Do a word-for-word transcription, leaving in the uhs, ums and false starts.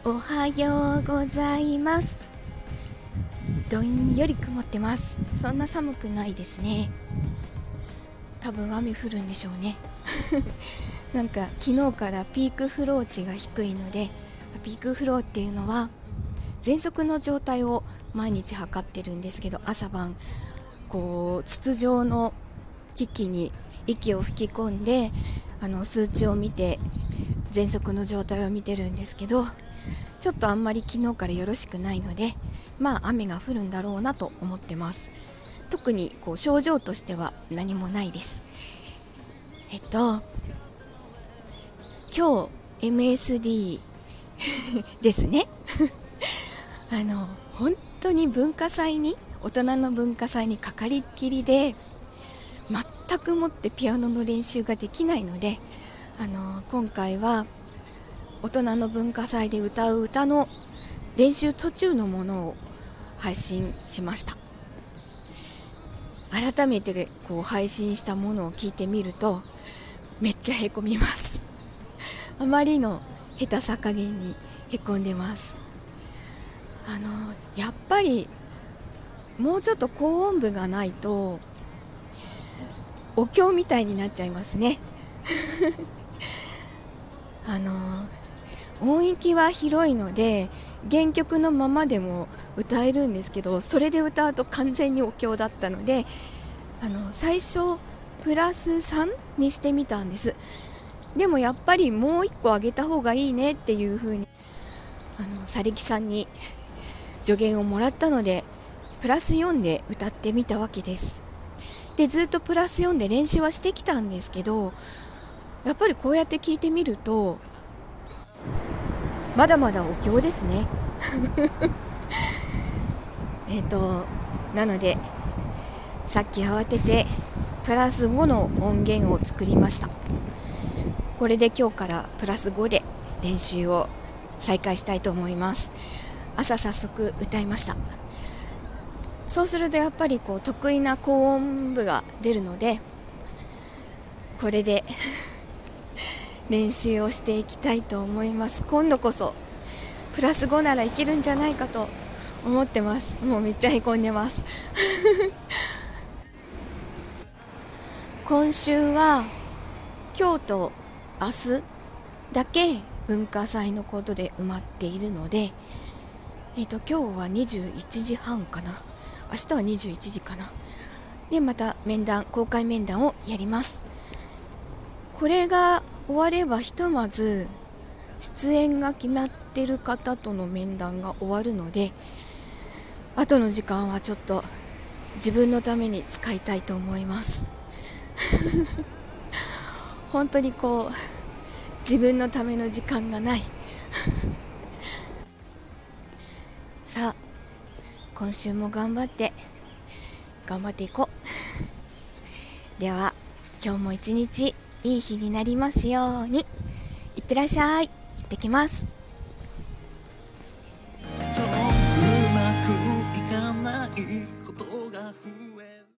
おはようございます。どんより曇ってます。そんな寒くないですね。多分雨降るんでしょうね。なんか昨日からピークフロー値が低いので、ピークフローっていうのは喘息の状態を毎日測ってるんですけど、朝晩こう筒状の機器に息を吹き込んであの数値を見て喘息の状態を見てるんですけど、ちょっとあんまり昨日からよろしくないので、まあ雨が降るんだろうなと思ってます。特にこう症状としては何もないです。えっと今日 エムエスディー ですね。あの本当に文化祭に大人の文化祭にかかりっきりで、全くもってピアノの練習ができないので、あの今回は大人の文化祭で歌う歌の練習途中のものを配信しました。改めてこう配信したものを聞いてみるとめっちゃへこみます。あまりの下手さ加減にへこんでます。あのやっぱりもうちょっと高音部がないとお経みたいになっちゃいますね。あの音域は広いので原曲のままでも歌えるんですけど、それで歌うと完全にお経だったので、あの最初プラスさんにしてみたんです。でもやっぱりもういっこ上げた方がいいねっていう風にあの佐力さんに助言をもらったので、プラスよんで歌ってみたわけです。でずっとプラスよんで練習はしてきたんですけど、やっぱりこうやって聞いてみるとまだまだお経ですね。えっとなのでさっき慌ててプラスごの音源を作りました。これで今日からプラスごで練習を再開したいと思います。朝早速歌いました。そうするとやっぱりこう得意な高音部が出るので、これで練習をしていきたいと思います。今度こそプラスごならいけるんじゃないかと思ってます。もうめっちゃへこんでます。今週は今日と明日だけ文化祭のことで埋まっているので、えーと今日はにじゅういちじはんかな、明日はにじゅういちじかなで、また面談公開面談をやります。これが終わればひとまず出演が決まってる方との面談が終わるので、あとの時間はちょっと自分のために使いたいと思います。本当にこう自分のための時間がない。さあ今週も頑張って頑張っていこう。では今日も一日いい日になりますように。いってらっしゃい。行ってきます。